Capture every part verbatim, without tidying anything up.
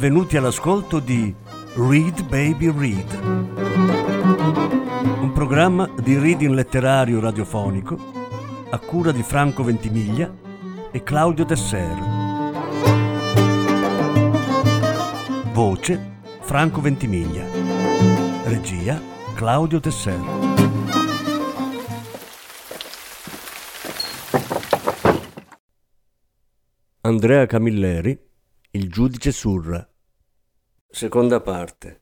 Benvenuti all'ascolto di Read Baby Read, un programma di reading letterario radiofonico a cura di Franco Ventimiglia e Claudio Tesser. Voce Franco Ventimiglia. Regia Claudio Tesser. Andrea Camilleri, Il giudice Surra. Seconda parte.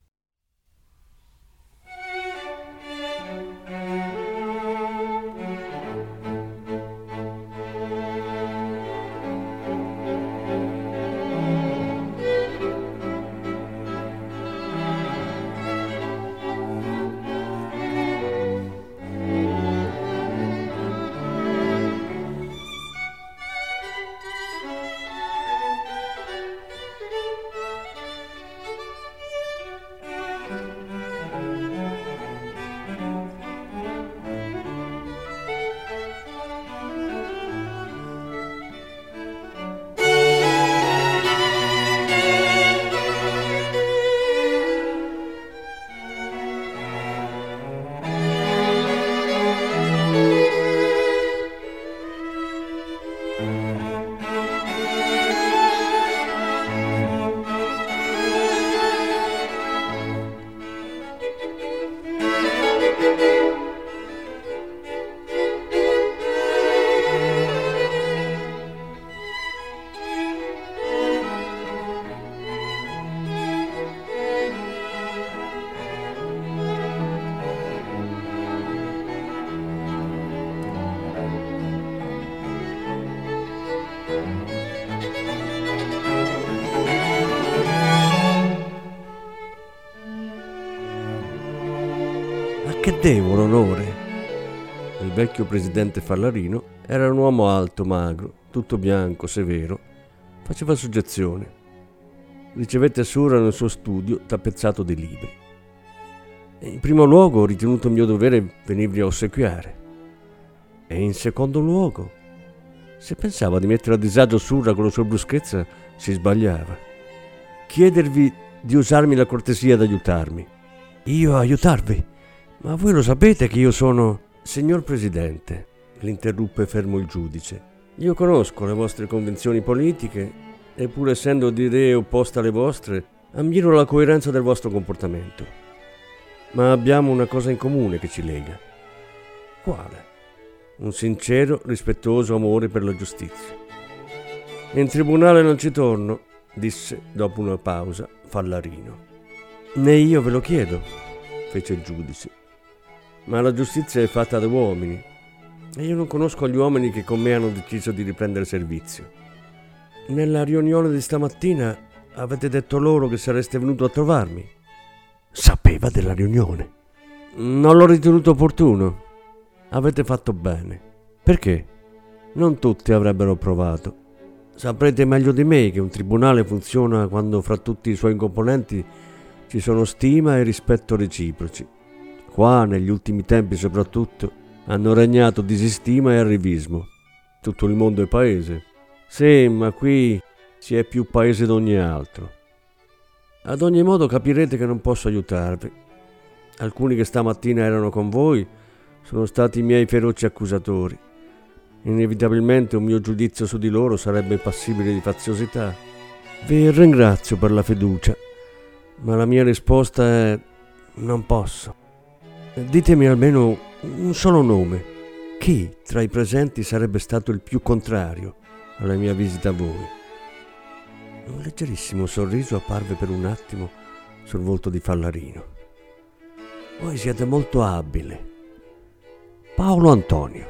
Che devo l'onore? Il vecchio presidente Fallarino era un uomo alto, magro, tutto bianco, severo. Faceva soggezione. Ricevette a Surra nel suo studio tappezzato di libri. E in primo luogo ho ritenuto mio dovere venirvi a ossequiare. E in secondo luogo, se pensava di mettere a disagio Surra con la sua bruschezza, si sbagliava. Chiedervi di usarmi la cortesia di aiutarmi. Io aiutarvi? Ma voi lo sapete che io sono... Signor Presidente, l'interruppe fermo il giudice, io conosco le vostre convinzioni politiche e pur essendo di idee opposte alle vostre, ammiro la coerenza del vostro comportamento. Ma abbiamo una cosa in comune che ci lega. Quale? Un sincero, rispettoso amore per la giustizia. In tribunale non ci torno, disse dopo una pausa Fallarino. Né io ve lo chiedo, fece il giudice. Ma la giustizia è fatta da uomini e io non conosco gli uomini che con me hanno deciso di riprendere servizio. Nella riunione di stamattina avete detto loro che sareste venuto a trovarmi. Sapeva della riunione? Non l'ho ritenuto opportuno. Avete fatto bene. Perché? Non tutti avrebbero provato. Saprete meglio di me che un tribunale funziona quando fra tutti i suoi componenti ci sono stima e rispetto reciproci. Qua, negli ultimi tempi soprattutto, hanno regnato disistima e arrivismo. Tutto il mondo è paese. Sì, ma qui si è più paese d'ogni altro. Ad ogni modo capirete che non posso aiutarvi. Alcuni che stamattina erano con voi sono stati i miei feroci accusatori. Inevitabilmente un mio giudizio su di loro sarebbe passibile di faziosità. Vi ringrazio per la fiducia, ma la mia risposta è: non posso. Ditemi almeno un solo nome. Chi tra i presenti sarebbe stato il più contrario alla mia visita a voi? Un leggerissimo sorriso apparve per un attimo sul volto di Fallarino. Voi siete molto abile. Paolo Antonio.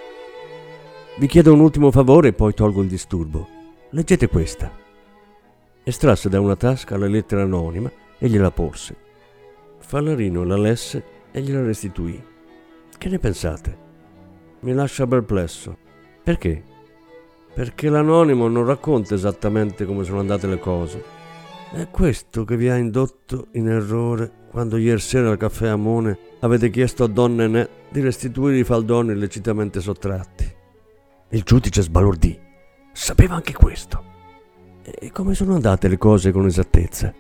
Vi chiedo un ultimo favore e poi tolgo il disturbo. Leggete questa. Estrasse da una tasca la lettera anonima e gliela porse. Fallarino la lesse e gliela restituì. Che ne pensate? Mi lascia perplesso. Perché? Perché l'anonimo non racconta esattamente come sono andate le cose. È questo che vi ha indotto in errore quando ieri sera al caffè Amone avete chiesto a Don Nenè di restituire i faldoni illecitamente sottratti. Il giudice sbalordì. Sapeva anche questo. E come sono andate le cose con esattezza?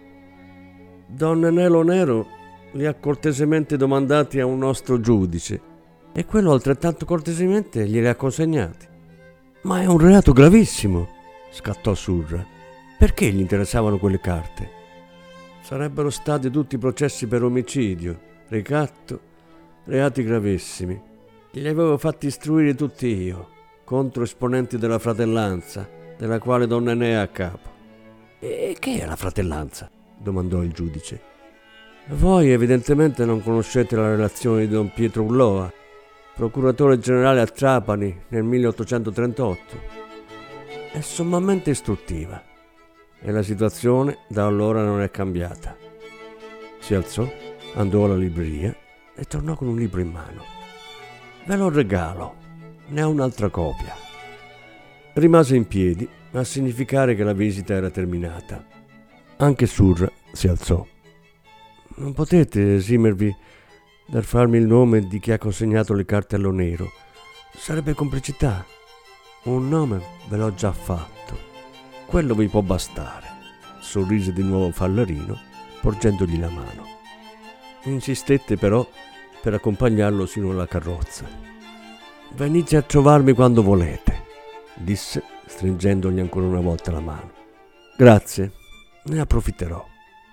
Don Nenelo Nero li ha cortesemente domandati a un nostro giudice e quello altrettanto cortesemente glieli ha consegnati. Ma è un reato gravissimo, scattò Surra. Perché gli interessavano quelle carte? Sarebbero stati tutti processi per omicidio, ricatto, reati gravissimi. Li avevo fatti istruire tutti io, contro esponenti della fratellanza, della quale Don Nenè è a capo. E che è la fratellanza? Domandò il giudice. Voi evidentemente non conoscete la relazione di Don Pietro Ulloa, procuratore generale a Trapani nel milleottocentotrentotto. È sommamente istruttiva e la situazione da allora non è cambiata. Si alzò, andò alla libreria e tornò con un libro in mano. Ve lo regalo, ne ho un'altra copia. Rimase in piedi a significare che la visita era terminata. Anche Surra si alzò. Non potete esimervi dal farmi il nome di chi ha consegnato le carte allo nero? Sarebbe complicità. Un nome ve l'ho già fatto. Quello vi può bastare, sorrise di nuovo Fallarino, porgendogli la mano. Insistette però per accompagnarlo sino alla carrozza. Venite a trovarmi quando volete, disse, stringendogli ancora una volta la mano. Grazie, ne approfitterò.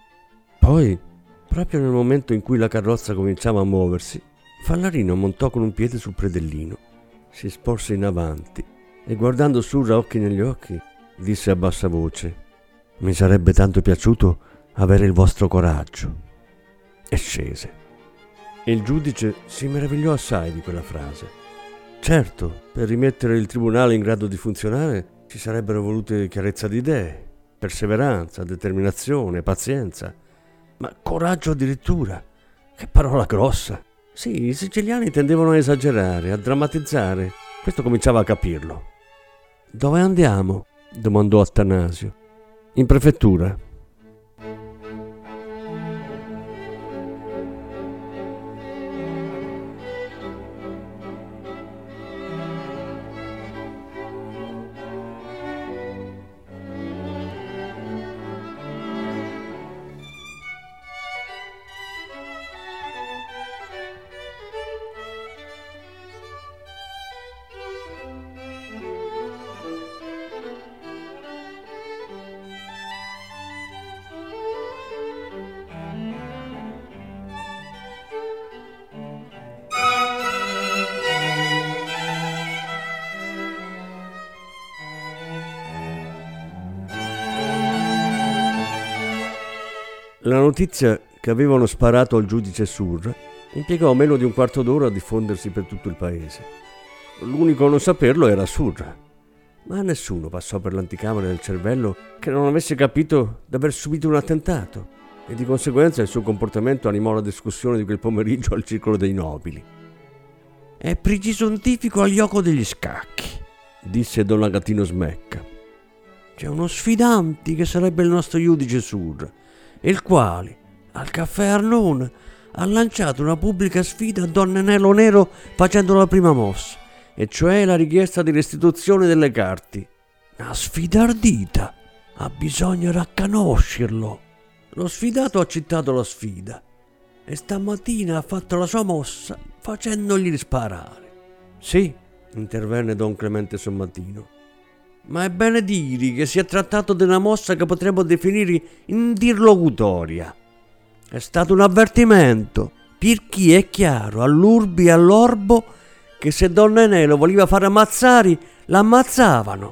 Poi, proprio nel momento in cui la carrozza cominciava a muoversi, Fallarino montò con un piede sul predellino, si sporse in avanti e guardando Surra occhi negli occhi, disse a bassa voce: mi sarebbe tanto piaciuto avere il vostro coraggio. E scese. Il giudice si meravigliò assai di quella frase. Certo, per rimettere il tribunale in grado di funzionare ci sarebbero volute chiarezza di idee, perseveranza, determinazione, pazienza, ma coraggio addirittura. Che parola grossa! Sì, i siciliani tendevano a esagerare, a drammatizzare. Questo cominciava a capirlo. Dove andiamo? Domandò Attanasio. In prefettura. La notizia che avevano sparato al giudice Surra impiegò meno di un quarto d'ora a diffondersi per tutto il paese. L'unico a non saperlo era Surra, ma a nessuno passò per l'anticamera del cervello che non avesse capito d'aver subito un attentato, e di conseguenza il suo comportamento animò la discussione di quel pomeriggio al circolo dei nobili. «È prigisontifico al gioco degli scacchi», disse Don Agatino Smecca. «C'è uno sfidanti che sarebbe il nostro giudice Surra, il quale, al caffè Arnone, ha lanciato una pubblica sfida a Don Nenelo Nero facendo la prima mossa, e cioè la richiesta di restituzione delle carte. Una sfida ardita, ha bisogno racconoscerlo. Lo sfidato ha accettato la sfida e stamattina ha fatto la sua mossa facendogli sparare. Sì, intervenne Don Clemente Sommatino, ma è bene dire che si è trattato di una mossa che potremmo definire interlocutoria. È stato un avvertimento per chi è chiaro all'urbi e all'orbo che se Don Nenè lo voleva fare ammazzare, l'ammazzavano.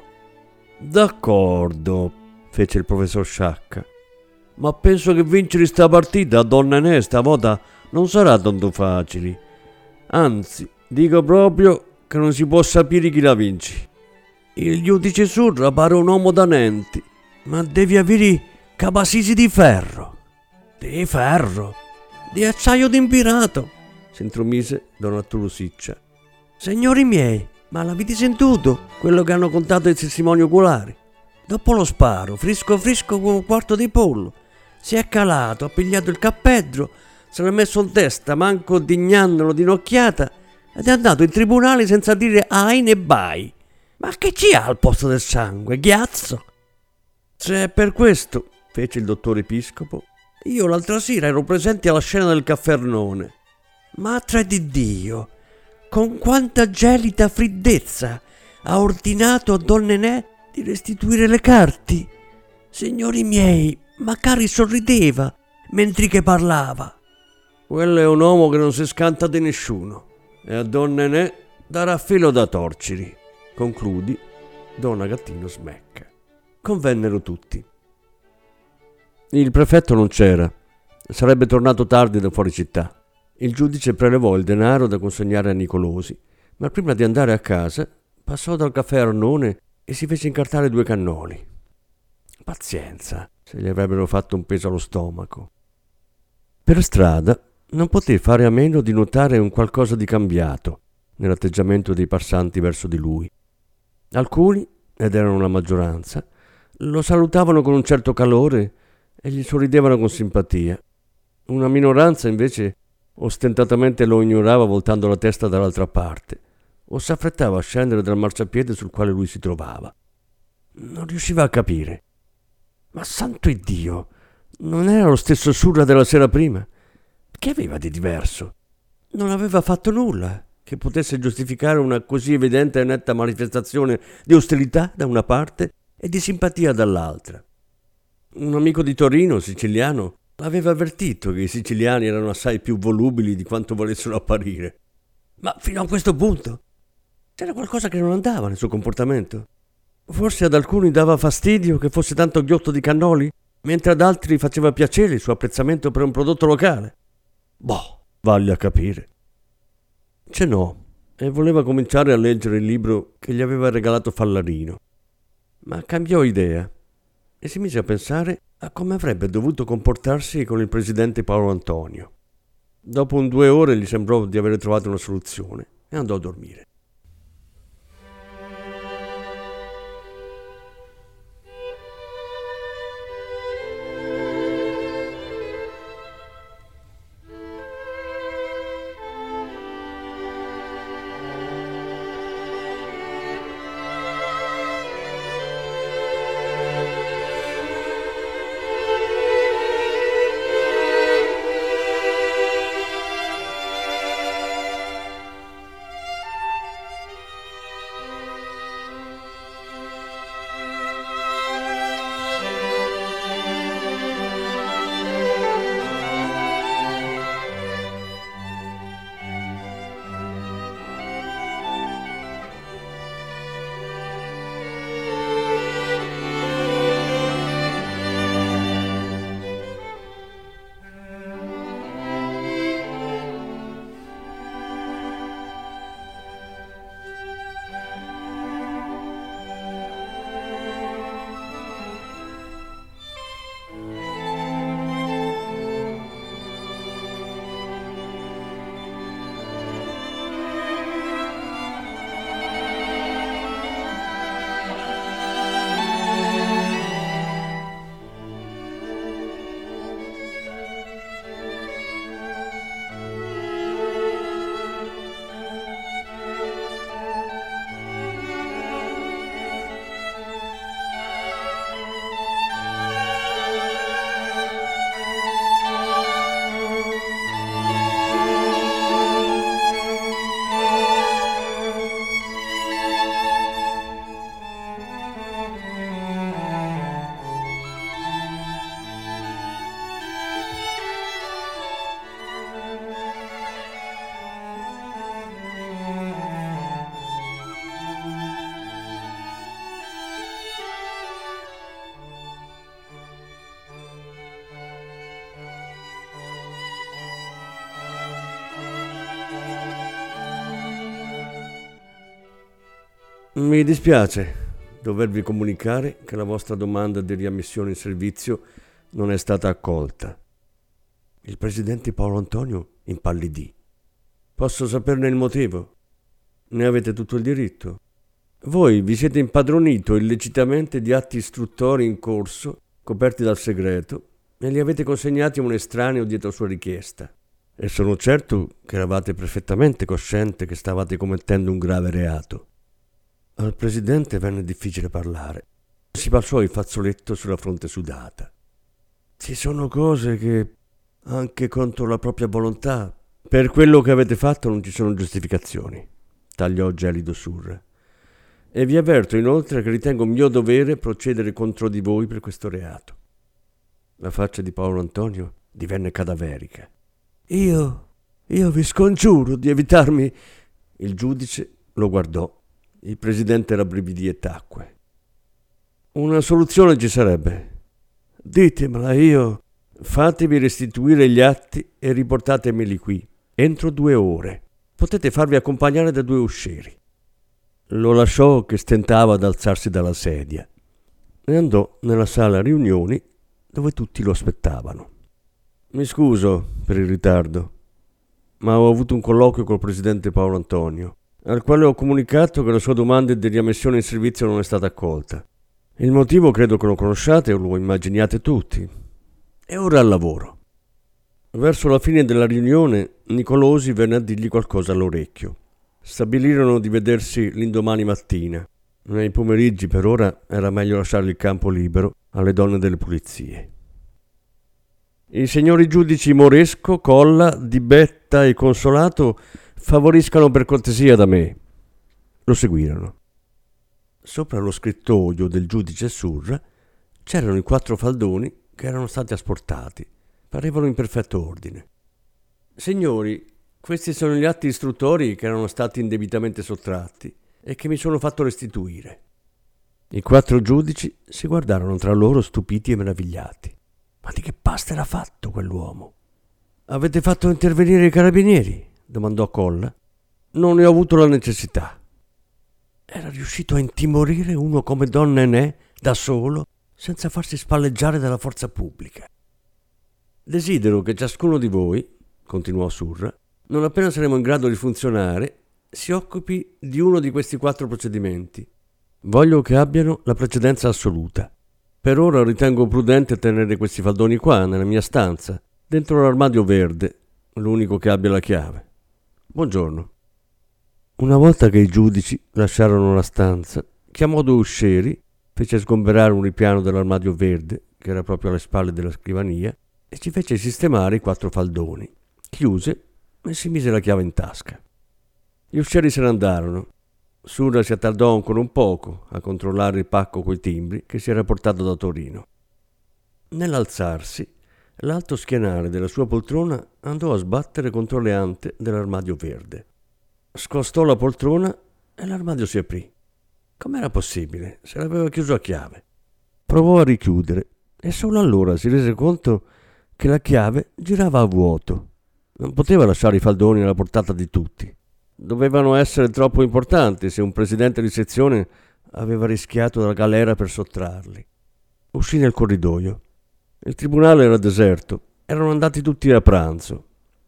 D'accordo, fece il professor Sciacca, ma penso che vincere sta partita a Don Nenè stavolta non sarà tanto facile. Anzi, dico proprio che non si può sapere chi la vince. Il giudice Surra pare un uomo danenti, ma devi avere capasisi di ferro. Di ferro? Di acciaio d'impirato, si intromise Don Arturo Siccia. Signori miei, ma l'avete sentito quello che hanno contato i testimoni oculari? Dopo lo sparo, frisco frisco con un quarto di pollo, si è calato, ha pigliato il cappedro, se l'è messo in testa, manco dignandolo di un'occhiata, ed è andato in tribunale senza dire ai né bai. Ma che ci ha al posto del sangue? Ghiazzo? Se è per questo, fece il dottor Episcopo, io l'altra sera ero presente alla scena del Caffernone. Madre di Dio, con quanta gelida freddezza ha ordinato a Don Nenè di restituire le carte. Signori miei, Macari sorrideva mentre che parlava. Quello è un uomo che non si scanta di nessuno e a Don Nenè darà filo da torcere, concludi Don Agattino Smecca. Convennero tutti. Il prefetto non c'era, sarebbe tornato tardi da fuori città. Il giudice prelevò il denaro da consegnare a Nicolosi, ma prima di andare a casa passò dal caffè Arnone e si fece incartare due cannoli. Pazienza, se gli avrebbero fatto un peso allo stomaco. Per strada non poté fare a meno di notare un qualcosa di cambiato nell'atteggiamento dei passanti verso di lui. Alcuni, ed erano la maggioranza, lo salutavano con un certo calore e gli sorridevano con simpatia. Una minoranza invece ostentatamente lo ignorava voltando la testa dall'altra parte o s'affrettava a scendere dal marciapiede sul quale lui si trovava. Non riusciva a capire. Ma santo Iddio, non era lo stesso Surra della sera prima? Che aveva di diverso? Non aveva fatto nulla che potesse giustificare una così evidente e netta manifestazione di ostilità da una parte e di simpatia dall'altra. Un amico di Torino, siciliano, aveva avvertito che i siciliani erano assai più volubili di quanto volessero apparire. Ma fino a questo punto c'era qualcosa che non andava nel suo comportamento. Forse ad alcuni dava fastidio che fosse tanto ghiotto di cannoli, mentre ad altri faceva piacere il suo apprezzamento per un prodotto locale. Boh, vale a capire. Cenò e voleva cominciare a leggere il libro che gli aveva regalato Fallarino, ma cambiò idea e si mise a pensare a come avrebbe dovuto comportarsi con il presidente Paolo Antonio. Dopo un due ore gli sembrò di avere trovato una soluzione e andò a dormire. Mi dispiace dovervi comunicare che la vostra domanda di riammissione in servizio non è stata accolta. Il presidente Paolo Antonio impallidì. Posso saperne il motivo? Ne avete tutto il diritto. Voi vi siete impadronito illecitamente di atti istruttori in corso, coperti dal segreto, e li avete consegnati a un estraneo dietro sua richiesta. E sono certo che eravate perfettamente cosciente che stavate commettendo un grave reato. Al presidente venne difficile parlare. si passò il fazzoletto sulla fronte sudata. Ci sono cose che, anche contro la propria volontà, per quello che avete fatto non ci sono giustificazioni, tagliò gelido Surra. E vi avverto inoltre che ritengo mio dovere procedere contro di voi per questo reato. La faccia di Paolo Antonio divenne cadaverica. Io, io vi scongiuro di evitarmi. Il giudice lo guardò. Il presidente rabbrividì e tacque. Una soluzione ci sarebbe. Ditemela, io. Fatevi restituire gli atti e riportatemeli qui, entro due ore. Potete farvi accompagnare da due uscieri. Lo lasciò che stentava ad alzarsi dalla sedia e andò nella sala riunioni dove tutti lo aspettavano. Mi scuso per il ritardo, ma ho avuto un colloquio col presidente Paolo Antonio, al quale ho comunicato che la sua domanda di riammissione in servizio non è stata accolta. Il motivo credo che lo conosciate o lo immaginiate tutti. E ora al lavoro. Verso la fine della riunione Nicolosi venne a dirgli qualcosa all'orecchio. Stabilirono di vedersi l'indomani mattina. Nei pomeriggi per ora era meglio lasciare il campo libero alle donne delle pulizie. I signori giudici Moresco, Colla, Di Betta e Consolato favoriscano per cortesia da me. Lo seguirono. Sopra lo scrittoio del giudice Surra c'erano i quattro faldoni che erano stati asportati. Parevano in perfetto ordine. Signori, questi sono gli atti istruttori che erano stati indebitamente sottratti e che mi sono fatto restituire. I quattro giudici si guardarono tra loro stupiti e meravigliati. Ma di che pasta era fatto quell'uomo? Avete fatto intervenire i carabinieri? Domandò Colla. Non ne ho avuto la necessità. Era riuscito a intimorire uno come Don Nenè da solo, senza farsi spalleggiare dalla forza pubblica. Desidero che ciascuno di voi, continuò Surra, non appena saremo in grado di funzionare, si occupi di uno di questi quattro procedimenti. Voglio che abbiano la precedenza assoluta. Per ora ritengo prudente tenere questi faldoni qua, nella mia stanza, dentro l'armadio verde, l'unico che abbia la chiave. Buongiorno. Una volta che i giudici lasciarono la stanza, chiamò due uscieri, fece sgomberare un ripiano dell'armadio verde, che era proprio alle spalle della scrivania, e ci fece sistemare i quattro faldoni. Chiuse e si mise la chiave in tasca. Gli uscieri se ne andarono. Surra si attardò ancora un poco a controllare il pacco coi timbri che si era portato da Torino. Nell'alzarsi, l'alto schienale della sua poltrona andò a sbattere contro le ante dell'armadio verde. Scostò la poltrona e l'armadio si aprì. Com'era possibile? Se l'aveva chiuso a chiave. Provò a richiudere e solo allora si rese conto che la chiave girava a vuoto. Non poteva lasciare i faldoni alla portata di tutti. Dovevano essere troppo importanti se un presidente di sezione aveva rischiato la galera per sottrarli. Uscì nel corridoio. Il tribunale era deserto. Erano andati tutti a pranzo.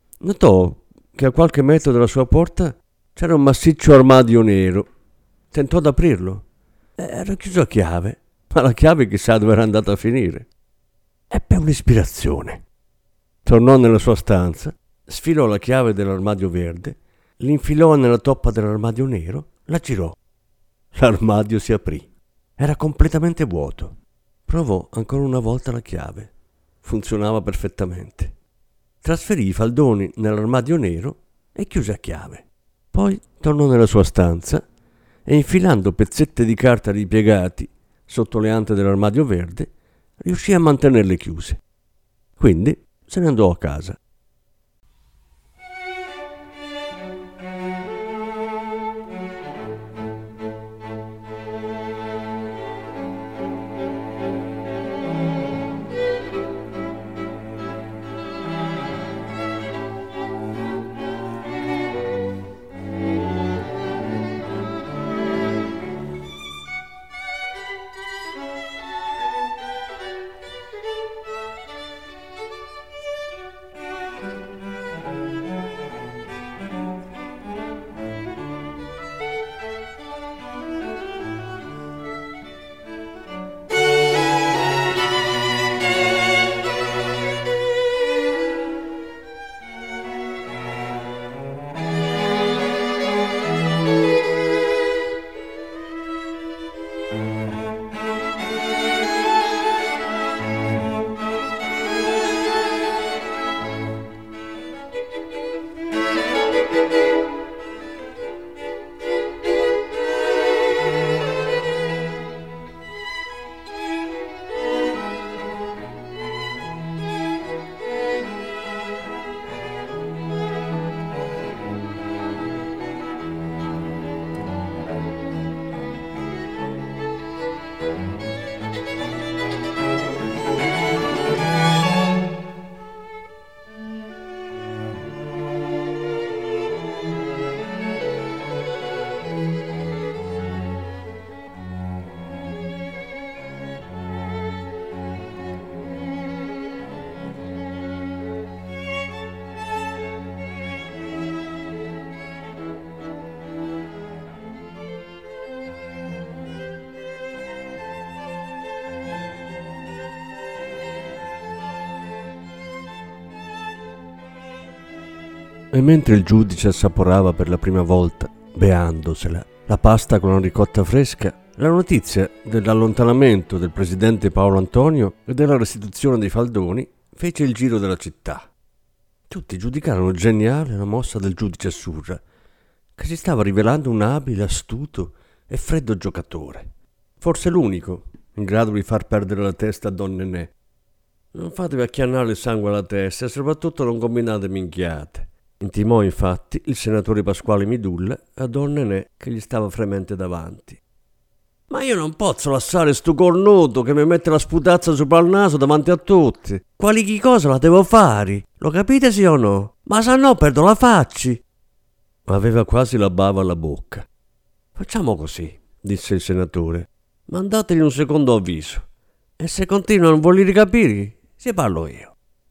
Notò che a qualche metro dalla sua porta c'era un massiccio armadio nero. Tentò ad aprirlo. Era chiuso a chiave, ma la chiave chissà dove era andata a finire. Ebbe un'ispirazione. Tornò nella sua stanza, sfilò la chiave dell'armadio verde, l'infilò nella toppa dell'armadio nero, la girò. L'armadio si aprì. Era completamente vuoto. Provò ancora una volta la chiave. Funzionava perfettamente. Trasferì i faldoni nell'armadio nero e chiuse a chiave. Poi tornò nella sua stanza e, infilando pezzetti di carta ripiegati sotto le ante dell'armadio verde, riuscì a mantenerle chiuse. Quindi se ne andò a casa. E mentre il giudice assaporava per la prima volta, beandosela, la pasta con la ricotta fresca, la notizia dell'allontanamento del presidente Paolo Antonio e della restituzione dei faldoni fece il giro della città. Tutti giudicarono geniale la mossa del giudice Assurra, che si stava rivelando un abile, astuto e freddo giocatore. Forse l'unico in grado di far perdere la testa a Don Nenè. Non fatevi acchiannare il sangue alla testa e soprattutto non combinate minchiate. Intimò infatti il senatore Pasquale Midulla a Don Nenè che gli stava fremente davanti. Ma io non posso lasciare sto cornuto che mi mette la sputazza sopra il naso davanti a tutti. Qualche cosa la devo fare, lo capite sì o no? Ma se no perdo la faccia. Aveva quasi la bava alla bocca. Facciamo così, disse il senatore. Mandategli un secondo avviso. E se continua a non voler capire, se parlo io.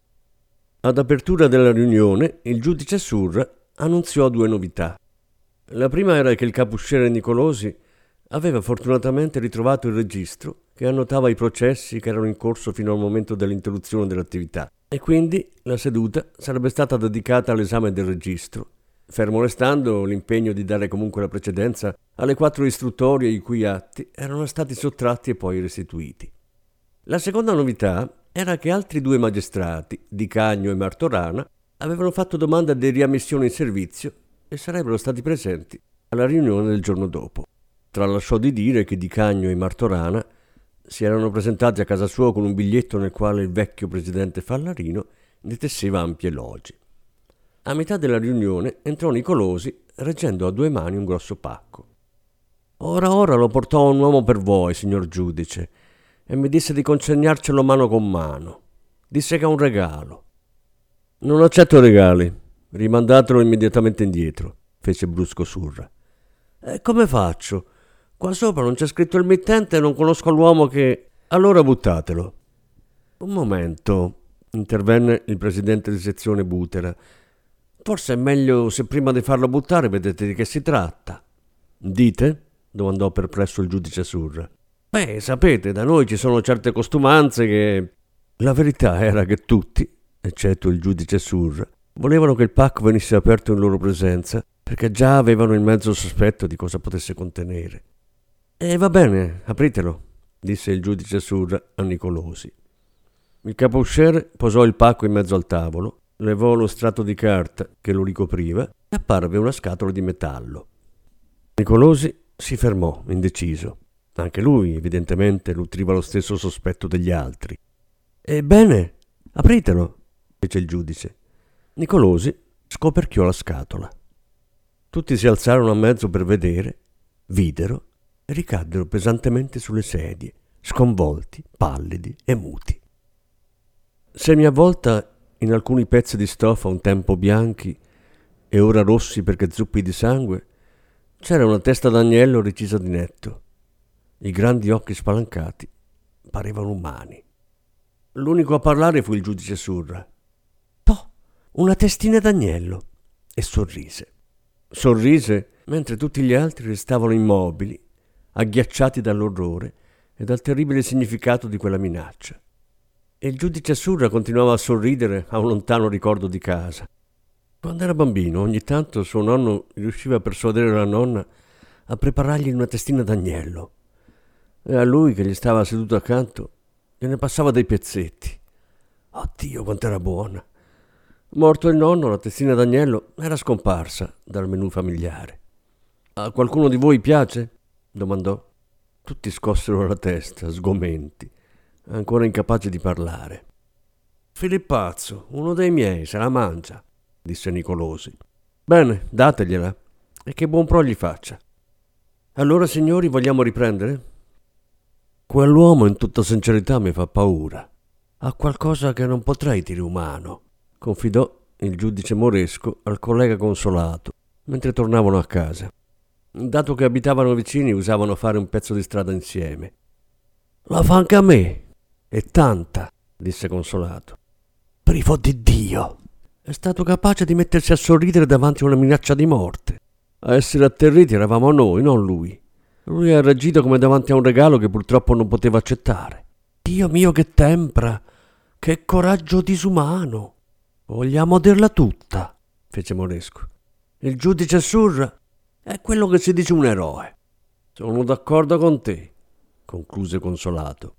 Ad apertura della riunione, il giudice Assurra annunziò due novità. La prima era che il capusciere Nicolosi aveva fortunatamente ritrovato il registro che annotava i processi che erano in corso fino al momento dell'interruzione dell'attività e quindi la seduta sarebbe stata dedicata all'esame del registro, fermo restando l'impegno di dare comunque la precedenza alle quattro istruttorie i cui atti erano stati sottratti e poi restituiti. La seconda novità era che altri due magistrati, Di Cagno e Martorana, avevano fatto domanda di riammissione in servizio e sarebbero stati presenti alla riunione del giorno dopo. Tralasciò di dire che Di Cagno e Martorana si erano presentati a casa sua con un biglietto nel quale il vecchio presidente Fallarino ne tesseva ampie elogi. A metà della riunione entrò Nicolosi reggendo a due mani un grosso pacco. Ora ora lo portò un uomo per voi, signor giudice, e mi disse di consegnarcelo mano con mano. Disse che è un regalo. Non accetto regali, rimandatelo immediatamente indietro, fece brusco Surra. E come faccio? Qua sopra non c'è scritto il mittente e non conosco l'uomo che... Allora buttatelo. Un momento, intervenne il presidente di sezione Butera. Forse è meglio se prima di farlo buttare vedete di che si tratta. Dite? Domandò perplesso il giudice Surra. Beh, sapete, da noi ci sono certe costumanze che... La verità era che tutti, eccetto il giudice Surra, volevano che il pacco venisse aperto in loro presenza perché già avevano il mezzo sospetto di cosa potesse contenere. E va bene, apritelo, disse il giudice Surra a Nicolosi. Il capusciere posò il pacco in mezzo al tavolo, levò lo strato di carta che lo ricopriva e apparve una scatola di metallo. Nicolosi si fermò, indeciso. Anche lui, evidentemente, nutriva lo stesso sospetto degli altri. Ebbene, apritelo, fece il giudice. Nicolosi scoperchiò la scatola. Tutti si alzarono a mezzo per vedere, videro e ricaddero pesantemente sulle sedie, sconvolti, pallidi e muti. Semiavvolta in alcuni pezzi di stoffa un tempo bianchi e ora rossi perché zuppi di sangue, c'era una testa d'agnello recisa di netto. I grandi occhi spalancati parevano umani. L'unico a parlare fu il giudice Surra. Toh, una testina d'agnello! E sorrise. Sorrise mentre tutti gli altri restavano immobili, agghiacciati dall'orrore e dal terribile significato di quella minaccia. E il giudice Surra continuava a sorridere a un lontano ricordo di casa. Quando era bambino, ogni tanto suo nonno riusciva a persuadere la nonna a preparargli una testina d'agnello. E a lui, che gli stava seduto accanto, gliene passava dei pezzetti. Oddio, quant'era buona! Morto il nonno, la testina d'agnello era scomparsa dal menù familiare. A qualcuno di voi piace? Domandò. Tutti scossero la testa, sgomenti, ancora incapaci di parlare. Filippazzo, uno dei miei, se la mangia, disse Nicolosi. Bene, dategliela, e che buon pro gli faccia. Allora, signori, vogliamo riprendere? Quell'uomo, in tutta sincerità, mi fa paura. Ha qualcosa che non potrei dire umano, confidò il giudice Moresco al collega consolato mentre tornavano a casa. Dato che abitavano vicini, usavano fare un pezzo di strada insieme. La fa anche a me, e tanta, disse Consolato. Privo di Dio, è stato capace di mettersi a sorridere davanti a una minaccia di morte. A essere atterriti eravamo noi, non lui. Lui ha reagito come davanti a un regalo che purtroppo non poteva accettare. Dio mio, che tempra, che coraggio disumano. Vogliamo dirla tutta. fece Moresco. Il giudice Surra è quello che si dice un eroe. Sono d'accordo con te, concluse Consolato.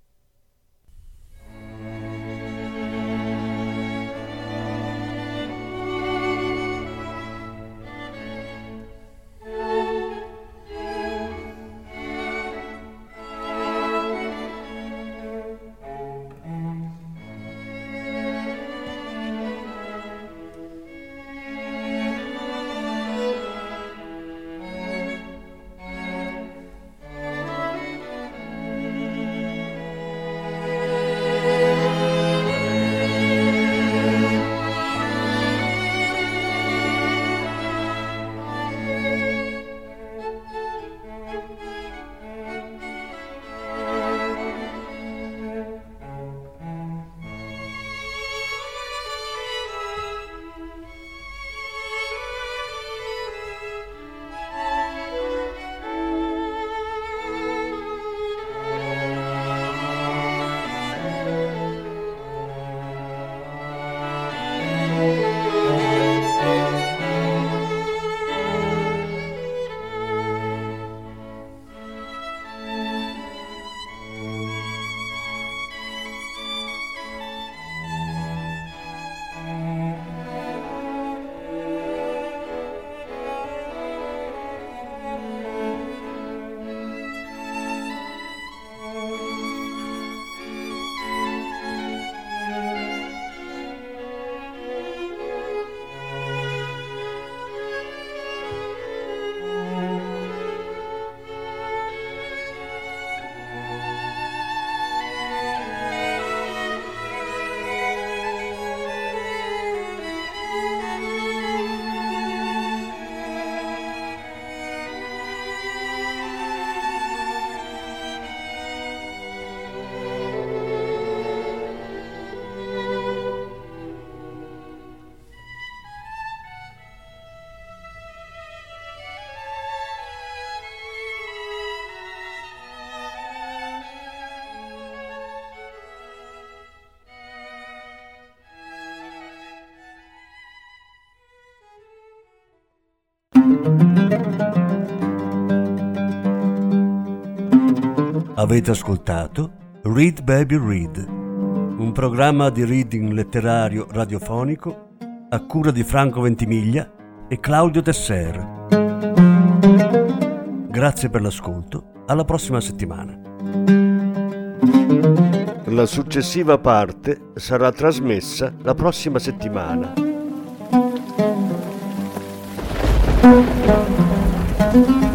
Avete ascoltato Read Baby Read, un programma di reading letterario radiofonico a cura di Franco Ventimiglia e Claudio Tesser. Grazie per l'ascolto, alla prossima settimana. La successiva parte sarà trasmessa la prossima settimana.